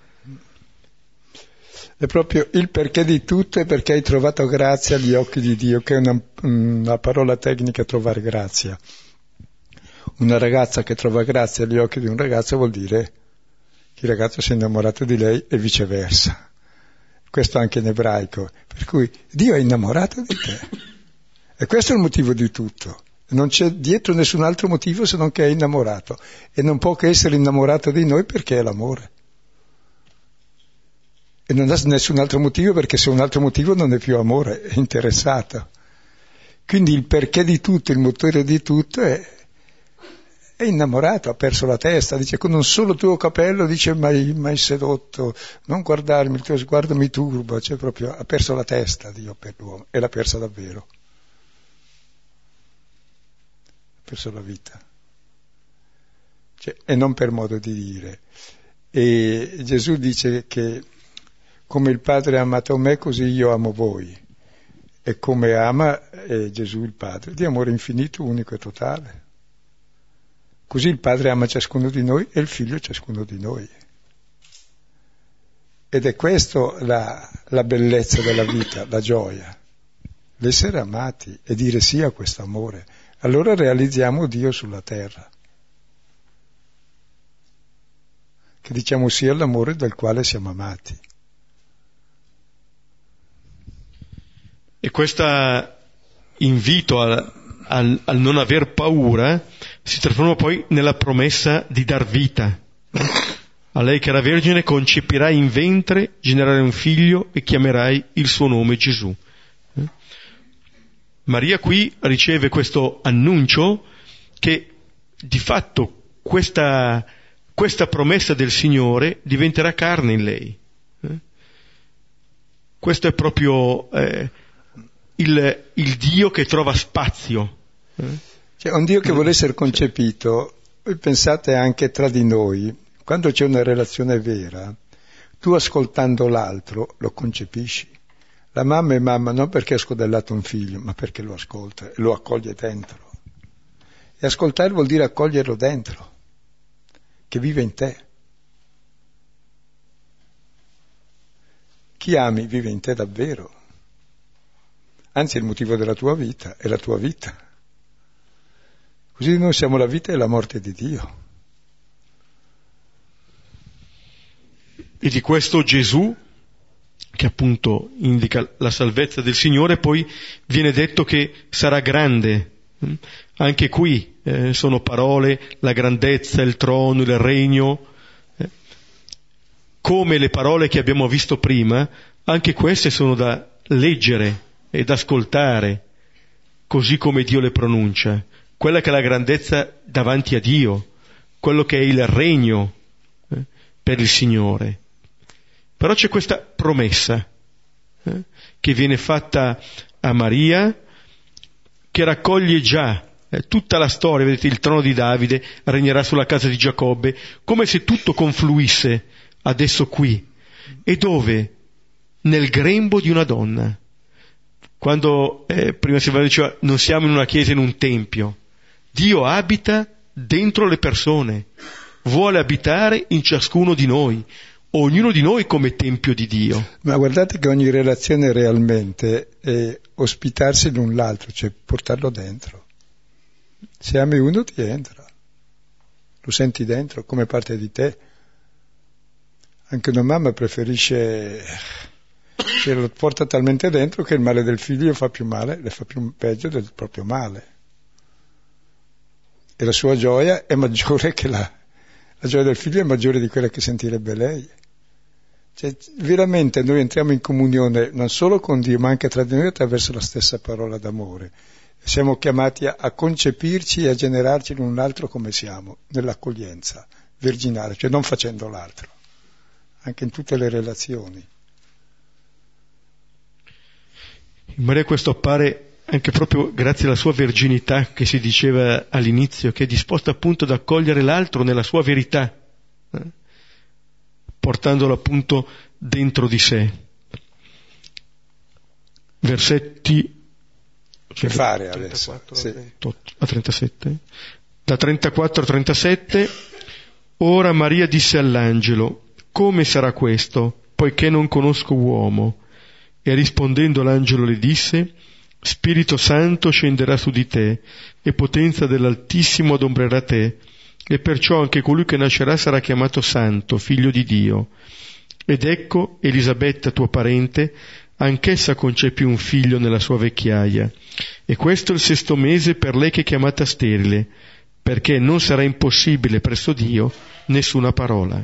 È proprio il perché di tutto è perché hai trovato grazia agli occhi di Dio, che è una, una parola tecnica, trovare grazia. Una ragazza che trova grazia agli occhi di un ragazzo vuol dire che il ragazzo si è innamorato di lei e viceversa. Questo anche in ebraico. Per cui Dio è innamorato di te. E questo è il motivo di tutto. Non c'è dietro nessun altro motivo se non che è innamorato. E non può che essere innamorato di noi perché è l'amore. E non ha nessun altro motivo perché se un altro motivo non è più amore, è interessato. Quindi il perché di tutto, il motore di tutto è, è innamorato, ha perso la testa, dice con un solo tuo capello, dice mai, mai sedotto, non guardarmi, il tuo sguardo mi turba, cioè proprio ha perso la testa Dio per l'uomo e l'ha persa davvero. Ha perso la vita. Cioè, e non per modo di dire. E Gesù dice che come il Padre ha amato me, così io amo voi. E come ama eh, Gesù il Padre, di amore infinito, unico e totale. Così il Padre ama ciascuno di noi e il Figlio ciascuno di noi. Ed è questo la, la bellezza della vita, la gioia. L'essere amati e dire sì a questo amore. Allora realizziamo Dio sulla terra. Che diciamo sì all'amore del quale siamo amati. E questo invito al, al, al non aver paura si trasforma poi nella promessa di dar vita. A lei che era vergine concepirai in ventre, genererai un figlio e chiamerai il suo nome Gesù. Maria qui riceve questo annuncio che di fatto questa, questa promessa del Signore diventerà carne in lei. Questo è proprio eh, il, il Dio che trova spazio. Cioè, un Dio che vuole essere concepito, voi pensate anche tra di noi, quando c'è una relazione vera, tu ascoltando l'altro lo concepisci. La mamma è mamma non perché ha scodellato un figlio, ma perché lo ascolta e lo accoglie dentro. E ascoltare vuol dire accoglierlo dentro, che vive in te. Chi ami vive in te davvero. Anzi, è il motivo della tua vita, è la tua vita. Così noi siamo la vita e la morte di Dio. E di questo Gesù, che appunto indica la salvezza del Signore, poi viene detto che sarà grande. Anche qui eh, sono parole, la grandezza, il trono, il regno. Eh, come le parole che abbiamo visto prima, anche queste sono da leggere ed ascoltare, così come Dio le pronuncia. Quella che è la grandezza davanti a Dio, quello che è il regno eh, per il Signore. Però c'è questa promessa eh, che viene fatta a Maria, che raccoglie già eh, tutta la storia. Vedete, il trono di Davide regnerà sulla casa di Giacobbe, come se tutto confluisse adesso qui. E dove? Nel grembo di una donna. Quando eh, prima si diceva non siamo in una chiesa, in un tempio. Dio abita dentro le persone, vuole abitare in ciascuno di noi, ognuno di noi come tempio di Dio. Ma guardate che ogni relazione realmente è ospitarsi l'un l'altro, cioè portarlo dentro. Se ami uno ti entra, lo senti dentro come parte di te. Anche una mamma preferisce, cioè lo porta talmente dentro che il male del figlio fa più male, le fa più peggio del proprio male. E la sua gioia è maggiore che la, la gioia del figlio è maggiore di quella che sentirebbe lei. Cioè, veramente noi entriamo in comunione non solo con Dio, ma anche tra di noi attraverso la stessa parola d'amore. Siamo chiamati a, a concepirci e a generarci l'un l'altro come siamo, nell'accoglienza virginale, cioè non facendo l'altro, anche in tutte le relazioni. In Maria questo appare anche proprio grazie alla sua verginità, che si diceva all'inizio, che è disposta appunto ad accogliere l'altro nella sua verità, eh? portandolo appunto dentro di sé. Versetti che fare adesso? Sì. A trentasette. Da trentaquattro a trentasette, ora Maria disse all'angelo: come sarà questo, poiché non conosco uomo? E rispondendo l'angelo le disse: Spirito Santo scenderà su di te, e potenza dell'Altissimo adombrerà te, e perciò anche colui che nascerà sarà chiamato Santo, figlio di Dio. Ed ecco, Elisabetta, tua parente, anch'essa concepì un figlio nella sua vecchiaia, e questo è il sesto mese per lei che è chiamata sterile, perché non sarà impossibile presso Dio nessuna parola.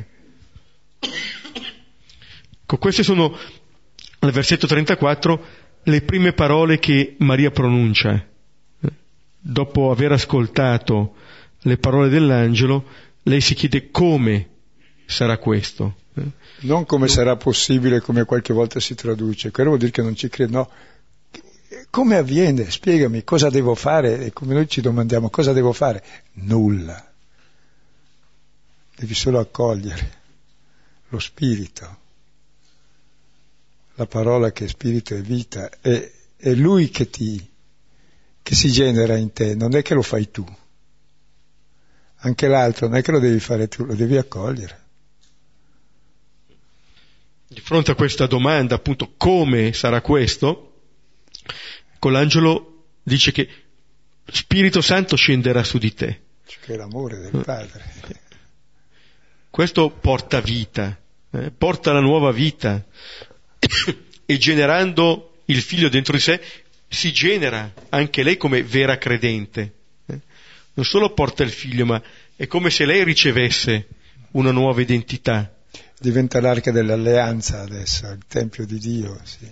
Ecco, queste sono, al versetto trentaquattro, le prime parole che Maria pronuncia. Dopo aver ascoltato le parole dell'angelo, lei si chiede come sarà questo. Non come sarà possibile, come qualche volta si traduce. Quello vuol dire che non ci crede, no. Come avviene? Spiegami cosa devo fare. E come noi ci domandiamo cosa devo fare? Nulla. Devi solo accogliere lo spirito, la parola che è spirito e vita. È, è lui che ti che si genera in te, non è che lo fai tu. Anche l'altro non è che lo devi fare tu, lo devi accogliere. Di fronte a questa domanda, appunto, come sarà questo, con l'angelo dice che Spirito Santo scenderà su di te. Che è l'amore del Padre. Questo porta vita, eh, porta la nuova vita, e generando il figlio dentro di sé si genera anche lei come vera credente. Eh. Non solo porta il figlio, ma è come se lei ricevesse una nuova identità. Diventa l'arca dell'alleanza adesso, il Tempio di Dio, sì.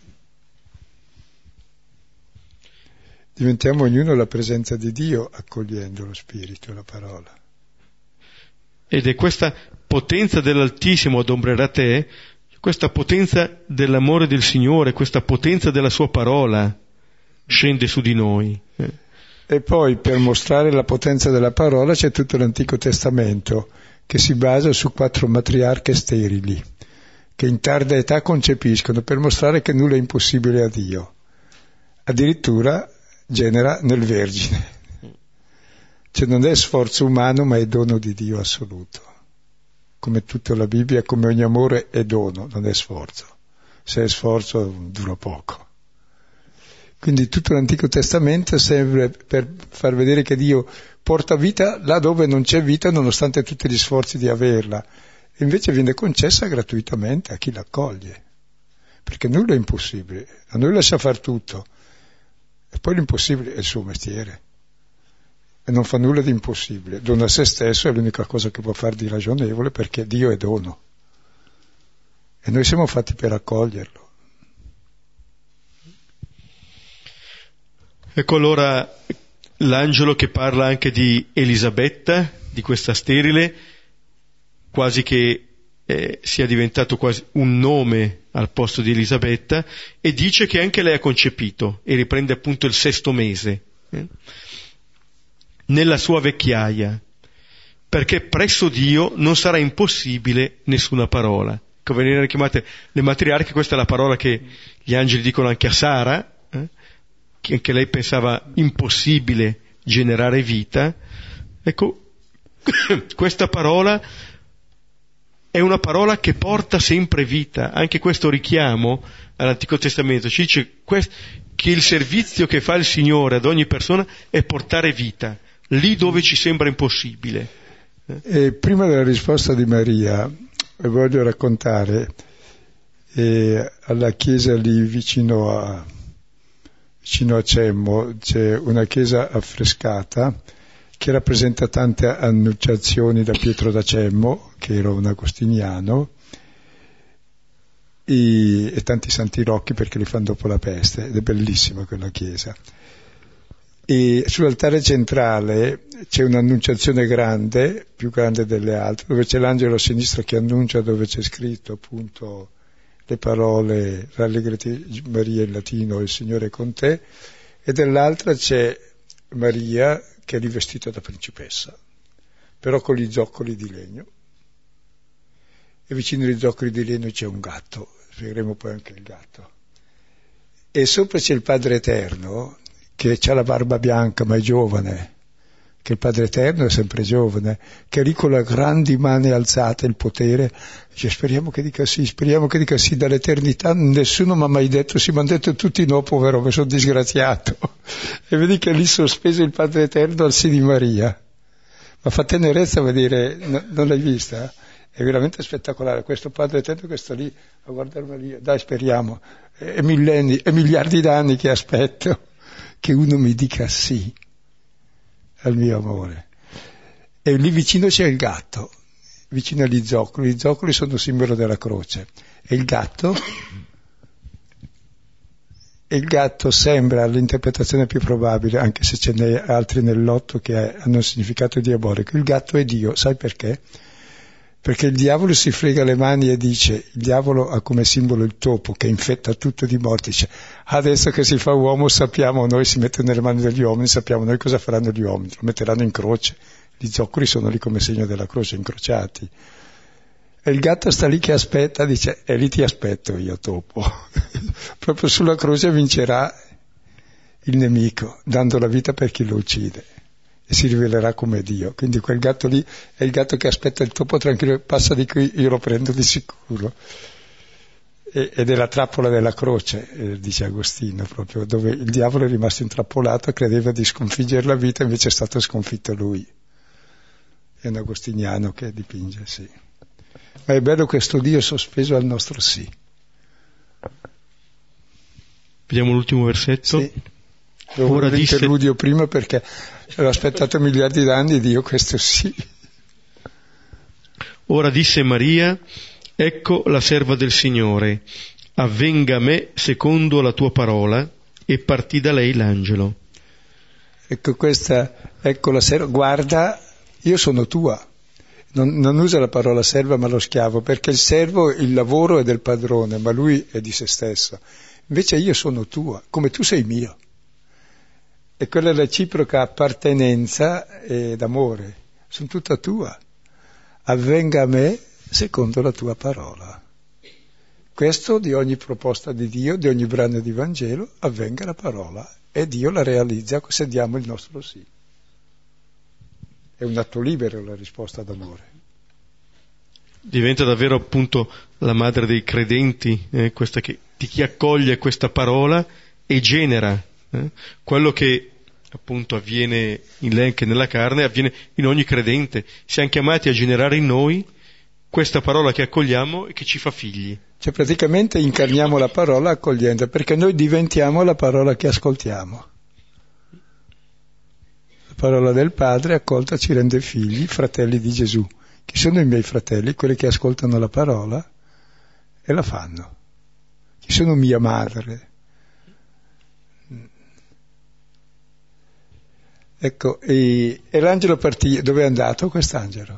Diventiamo ognuno la presenza di Dio accogliendo lo Spirito e la parola. Ed è questa potenza dell'Altissimo adombrerà te, questa potenza dell'amore del Signore, questa potenza della Sua parola scende su di noi. Eh. E poi per mostrare la potenza della parola c'è tutto l'Antico Testamento, che si basa su quattro matriarche sterili, che in tarda età concepiscono per mostrare che nulla è impossibile a Dio. Addirittura genera nel Vergine. Cioè non è sforzo umano, ma è dono di Dio assoluto. Come tutta la Bibbia, come ogni amore è dono, non è sforzo. Se è sforzo dura poco. Quindi tutto l'Antico Testamento serve per far vedere che Dio porta vita là dove non c'è vita, nonostante tutti gli sforzi di averla, e invece viene concessa gratuitamente a chi l'accoglie, perché nulla è impossibile, a noi lascia far tutto, e poi l'impossibile è il suo mestiere, e non fa nulla di impossibile, dona a se stesso, è l'unica cosa che può fare di ragionevole, perché Dio è dono, e noi siamo fatti per accoglierlo. Ecco allora l'angelo che parla anche di Elisabetta, di questa sterile, quasi che eh, sia diventato quasi un nome al posto di Elisabetta, e dice che anche lei ha concepito, e riprende appunto il sesto mese, eh, nella sua vecchiaia, perché presso Dio non sarà impossibile nessuna parola. Ecco, venivano chiamate le matriarche, questa è la parola che gli angeli dicono anche a Sara, eh, che anche lei pensava impossibile generare vita. Ecco, questa parola è una parola che porta sempre vita. Anche questo richiamo all'Antico Testamento ci dice che il servizio che fa il Signore ad ogni persona è portare vita, lì dove ci sembra impossibile. E prima della risposta di Maria voglio raccontare eh, alla chiesa lì vicino a vicino a Cemmo c'è una chiesa affrescata che rappresenta tante annunciazioni da Pietro da Cemmo, che era un agostiniano, e, e tanti santi rocchi perché li fanno dopo la peste, ed è bellissima quella chiesa. E sull'altare centrale c'è un'annunciazione grande, più grande delle altre, dove c'è l'angelo a sinistra che annuncia, dove c'è scritto appunto le parole rallegrati Maria in latino, il Signore è con te, e dall'altra c'è Maria che è rivestita da principessa, però con gli zoccoli di legno, e vicino agli zoccoli di legno c'è un gatto, spiegheremo poi anche il gatto, e sopra c'è il Padre Eterno che ha la barba bianca ma è giovane, che il Padre Eterno è sempre giovane, che lì con le grandi mani alzate il potere dice speriamo che dica sì, speriamo che dica sì, dall'eternità nessuno mi ha mai detto sì, mi hanno detto tutti no, povero, mi sono disgraziato. E vedi che lì sospeso il Padre Eterno al sì di Maria. Ma fa tenerezza vedere, no, non l'hai vista? È veramente spettacolare, questo Padre Eterno che sta lì a guardare Maria, dai speriamo, è millenni, è miliardi d'anni che aspetto che uno mi dica sì al mio amore. E lì vicino c'è il gatto, vicino agli zoccoli, i zoccoli sono simbolo della croce, e il gatto, e il gatto sembra l'interpretazione più probabile, anche se ce n'è altri nell'otto che hanno un significato diabolico, il gatto è Dio, sai perché? Perché il diavolo si frega le mani e dice, il diavolo ha come simbolo il topo che infetta tutto di morte, dice adesso che si fa uomo sappiamo noi, si mette nelle mani degli uomini, sappiamo noi cosa faranno gli uomini, lo metteranno in croce, gli zoccoli sono lì come segno della croce, incrociati. E il gatto sta lì che aspetta, dice e lì ti aspetto io topo, proprio sulla croce vincerà il nemico, dando la vita per chi lo uccide. E si rivelerà come Dio. Quindi quel gatto lì è il gatto che aspetta il topo tranquillo, passa di qui, io lo prendo di sicuro. E, ed è la trappola della croce, eh, dice Agostino, proprio, dove il diavolo è rimasto intrappolato, credeva di sconfiggere la vita, invece è stato sconfitto lui. È un agostiniano che dipinge, sì. Ma è bello questo Dio sospeso al nostro sì. Vediamo l'ultimo versetto. Sì. Ora disse... l'interludio prima perché l'ho aspettato miliardi d'anni, Dio questo sì. Ora disse Maria, ecco la serva del Signore, avvenga a me secondo la tua parola, e partì da lei l'angelo. Ecco questa, ecco la serva, guarda, io sono tua. Non, non usa la parola serva ma lo schiavo, perché il servo, il lavoro è del padrone, ma lui è di se stesso. Invece io sono tua, come tu sei mio. E quella reciproca appartenenza ed amore, sono tutta tua. Avvenga a me secondo la tua parola. Questo di ogni proposta di Dio, di ogni brano di Vangelo, avvenga la parola e Dio la realizza se diamo il nostro sì. È un atto libero la risposta d'amore. Diventa davvero appunto la madre dei credenti, eh, questa che, di chi accoglie questa parola e genera eh, quello che appunto avviene in lei anche nella carne, avviene in ogni credente. Siamo chiamati a generare in noi questa parola che accogliamo e che ci fa figli. Cioè praticamente incarniamo la parola accogliendo, perché noi diventiamo la parola che ascoltiamo. La parola del Padre accolta ci rende figli, fratelli di Gesù. Chi sono i miei fratelli? Quelli che ascoltano la parola e la fanno. Chi sono mia madre? Ecco, e, e l'angelo partì. Dove è andato quest'angelo?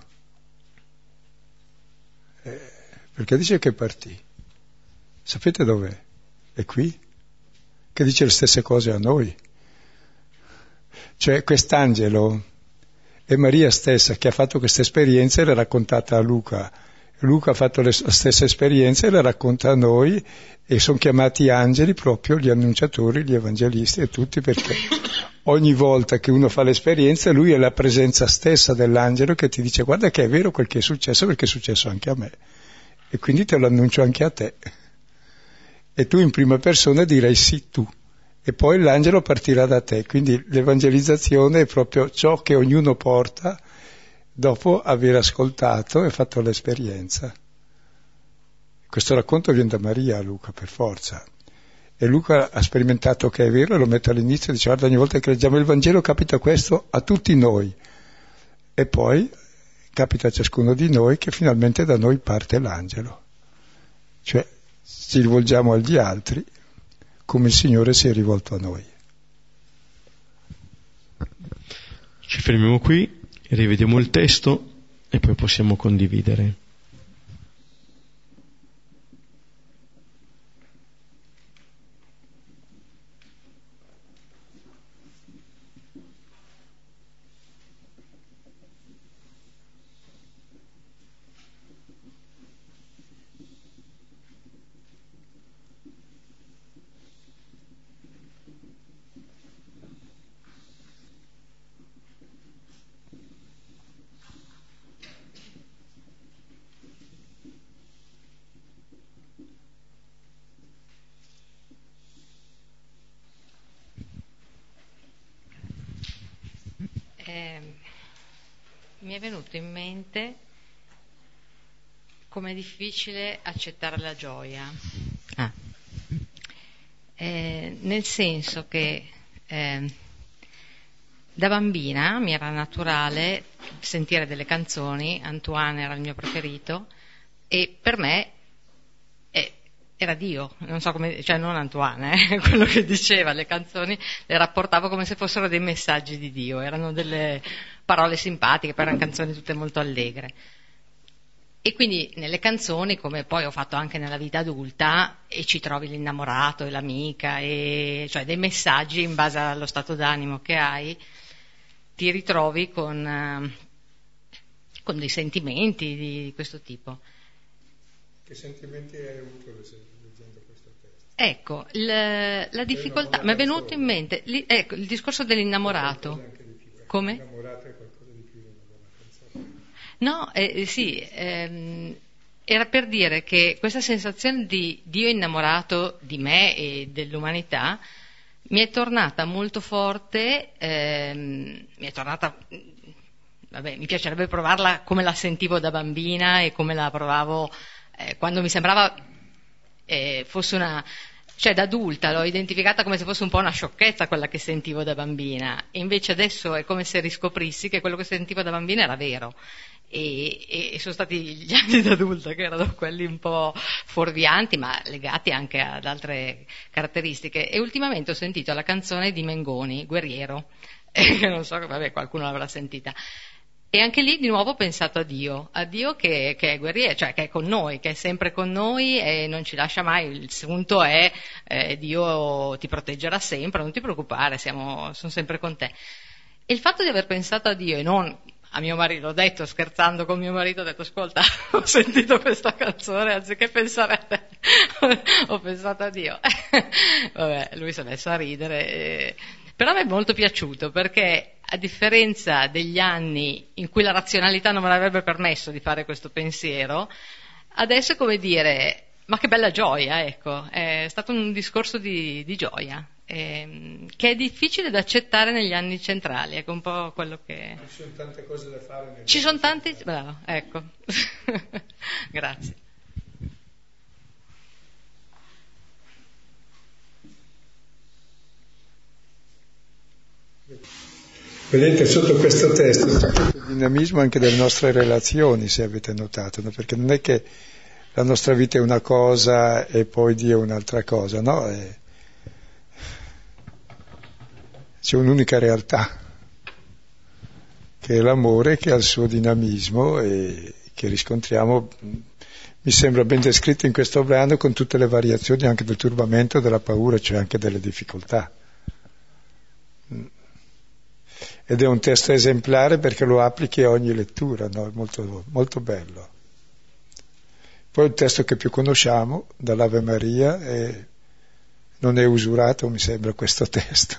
Eh, perché dice che partì. Sapete dov'è? È qui, che dice le stesse cose a noi. Cioè quest'angelo è Maria stessa che ha fatto questa esperienza e l'ha raccontata a Luca. Luca ha fatto le, la stessa esperienza e la racconta a noi, e sono chiamati angeli proprio gli annunciatori, gli evangelisti e tutti, perché ogni volta che uno fa l'esperienza lui è la presenza stessa dell'angelo che ti dice guarda che è vero quel che è successo, perché è successo anche a me e quindi te lo annuncio anche a te, e tu in prima persona dirai sì tu, e poi l'angelo partirà da te. Quindi l'evangelizzazione è proprio ciò che ognuno porta dopo aver ascoltato e fatto l'esperienza. Questo racconto viene da Maria a Luca per forza, e Luca ha sperimentato che è vero e lo mette all'inizio, dice guarda ogni volta che leggiamo il Vangelo capita questo a tutti noi, e poi capita a ciascuno di noi che finalmente da noi parte l'angelo, cioè ci rivolgiamo agli altri come il Signore si è rivolto a noi. Ci fermiamo qui, rivediamo il testo e poi possiamo condividere. Eh, mi è venuto in mente com'è difficile accettare la gioia. Ah. Eh, nel senso che eh, da bambina mi era naturale sentire delle canzoni, Antoine era il mio preferito, e per me eh, era Dio, non so come, cioè non Antoine, eh, quello che diceva, le canzoni le rapportavo come se fossero dei messaggi di Dio, erano delle parole simpatiche, poi erano canzoni tutte molto allegre. E quindi nelle canzoni, come poi ho fatto anche nella vita adulta, e ci trovi l'innamorato e l'amica, e cioè dei messaggi in base allo stato d'animo che hai, ti ritrovi con, con dei sentimenti di questo tipo. Che sentimenti hai avuto leggendo questo testo? Ecco, il, la difficoltà, mi è venuto in mente, li, ecco, il discorso dell'innamorato. Come? L'innamorato è qualcosa di più di una buona canzone. No, eh, sì, ehm, era per dire che questa sensazione di Dio innamorato di me e dell'umanità mi è tornata molto forte, ehm, mi è tornata, vabbè, mi piacerebbe provarla come la sentivo da bambina e come la provavo eh, quando mi sembrava eh, fosse una, cioè da adulta l'ho identificata come se fosse un po' una sciocchezza quella che sentivo da bambina, e invece adesso è come se riscoprissi che quello che sentivo da bambina era vero. E, e sono stati gli anni da adulta che erano quelli un po' fuorvianti, ma legati anche ad altre caratteristiche. E ultimamente ho sentito la canzone di Mengoni, Guerriero, che non so, vabbè, qualcuno l'avrà sentita. E anche lì di nuovo ho pensato a Dio, a Dio che, che è guerriero, cioè che è con noi, che è sempre con noi e non ci lascia mai. Il punto è eh, Dio ti proteggerà sempre, non ti preoccupare, siamo, sono sempre con te. E il fatto di aver pensato a Dio e non a mio marito, l'ho detto scherzando con mio marito, ho detto ascolta, ho sentito questa canzone, anziché pensare a te, ho pensato a Dio. Vabbè, lui si è messo a ridere, eh. Però mi è molto piaciuto perché a differenza degli anni in cui la razionalità non me l'avrebbe permesso di fare questo pensiero, adesso è come dire, ma che bella gioia, ecco, è stato un discorso di, di gioia. Eh, che è difficile da accettare negli anni centrali, ecco un po' quello che... Ci sono tante cose da fare. Ci sono tanti... Bravo, ecco. Grazie. Vedete, sotto questo testo c'è il dinamismo anche delle nostre relazioni, se avete notato, no? Perché non è che la nostra vita è una cosa e poi Dio è un'altra cosa, no? È... C'è un'unica realtà, che è l'amore, che ha il suo dinamismo e che riscontriamo, mi sembra ben descritto in questo brano, con tutte le variazioni anche del turbamento, della paura, cioè anche delle difficoltà. Ed è un testo esemplare perché lo applichi a ogni lettura, no? È molto, molto bello. Poi il testo che più conosciamo, dall'Ave Maria, è, non è usurato, mi sembra, questo testo.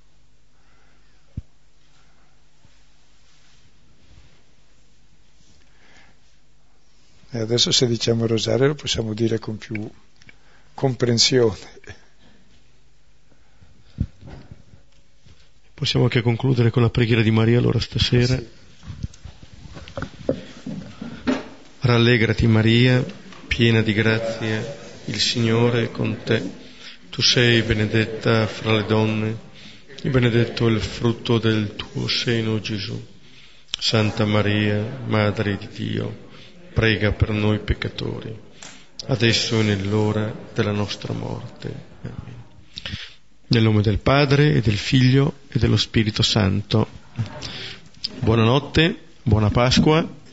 E adesso se diciamo il rosario lo possiamo dire con più comprensione. Possiamo anche concludere con la preghiera di Maria allora stasera. Sì. Rallegrati Maria, piena di grazia, il Signore è con te. Tu sei benedetta fra le donne e benedetto il frutto del tuo seno, Gesù. Santa Maria, Madre di Dio, prega per noi peccatori, adesso e nell'ora della nostra morte. Amen. Nel nome del Padre, e del Figlio, e dello Spirito Santo. Buonanotte, buona Pasqua.